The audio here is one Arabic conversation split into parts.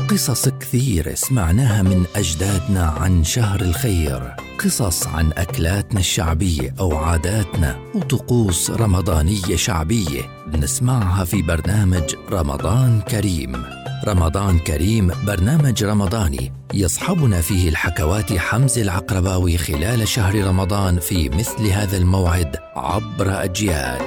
قصص كثير سمعناها من أجدادنا عن شهر الخير، قصص عن أكلاتنا الشعبية أو عاداتنا وطقوس رمضانية شعبية بنسمعها في برنامج رمضان كريم. رمضان كريم برنامج رمضاني يصحبنا فيه الحكوات حمزة العقرباوي خلال شهر رمضان في مثل هذا الموعد عبر أجيال.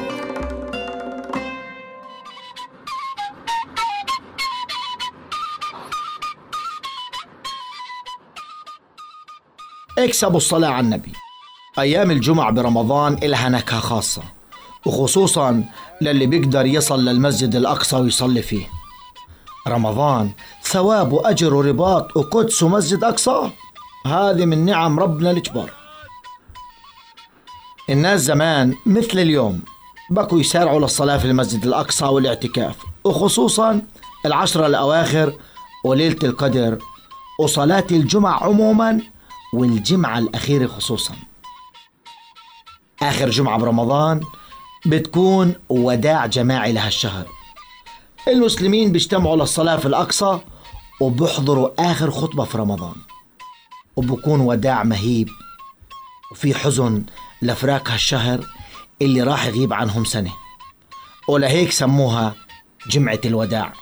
اكسبوا الصلاة على النبي. أيام الجمعة برمضان إلها نكهة خاصة، وخصوصا للي بيقدر يصل للمسجد الأقصى ويصلي فيه. رمضان ثواب وأجر ورباط وقدس ومسجد أقصى، هذه من نعم ربنا الكبار. الناس زمان مثل اليوم بقوا يسارعوا للصلاة في المسجد الأقصى والاعتكاف، وخصوصا العشرة الأواخر وليلة القدر وصلاة الجمعة عموما والجمعة الأخيرة خصوصا. آخر جمعة برمضان بتكون وداع جماعي لهالشهر. المسلمين بيجتمعوا للصلاة في الأقصى وبيحضروا آخر خطبة في رمضان، وبكون وداع مهيب وفي حزن لفراق هالشهر اللي راح يغيب عنهم سنة، ولهيك سموها جمعة الوداع.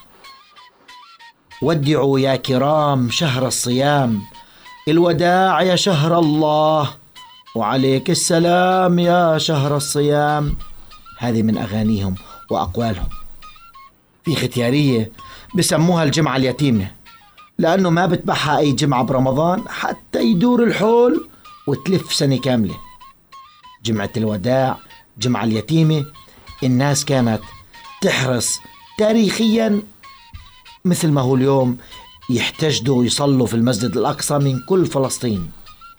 ودعوا يا كرام شهر الصيام، الوداع يا شهر الله، وعليك السلام يا شهر الصيام. هذه من أغانيهم وأقوالهم. في ختيارية بسموها الجمعة اليتيمة، لأنه ما بتبعها أي جمعة برمضان حتى يدور الحول وتلف سنة كاملة. جمعة الوداع، جمعة اليتيمة، الناس كانت تحرص تاريخيا مثل ما هو اليوم يحتشدوا ويصلوا في المسجد الأقصى من كل فلسطين.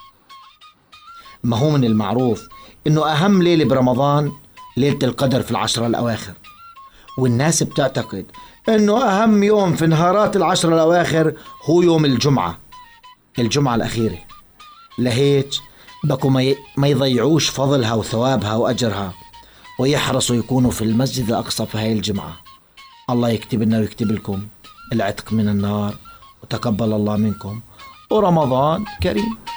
ما هو من المعروف إنه أهم ليلة برمضان ليلة القدر في العشرة الأواخر، والناس بتعتقد إنه أهم يوم في نهارات العشرة الأواخر هو يوم الجمعة الأخيرة. لهيك بقوا ما يضيعوش فضلها وثوابها وأجرها، ويحرصوا يكونوا في المسجد الأقصى في هاي الجمعة. الله يكتب لنا ويكتب لكم العتق من النار، وتقبل الله منكم، ورمضان كريم.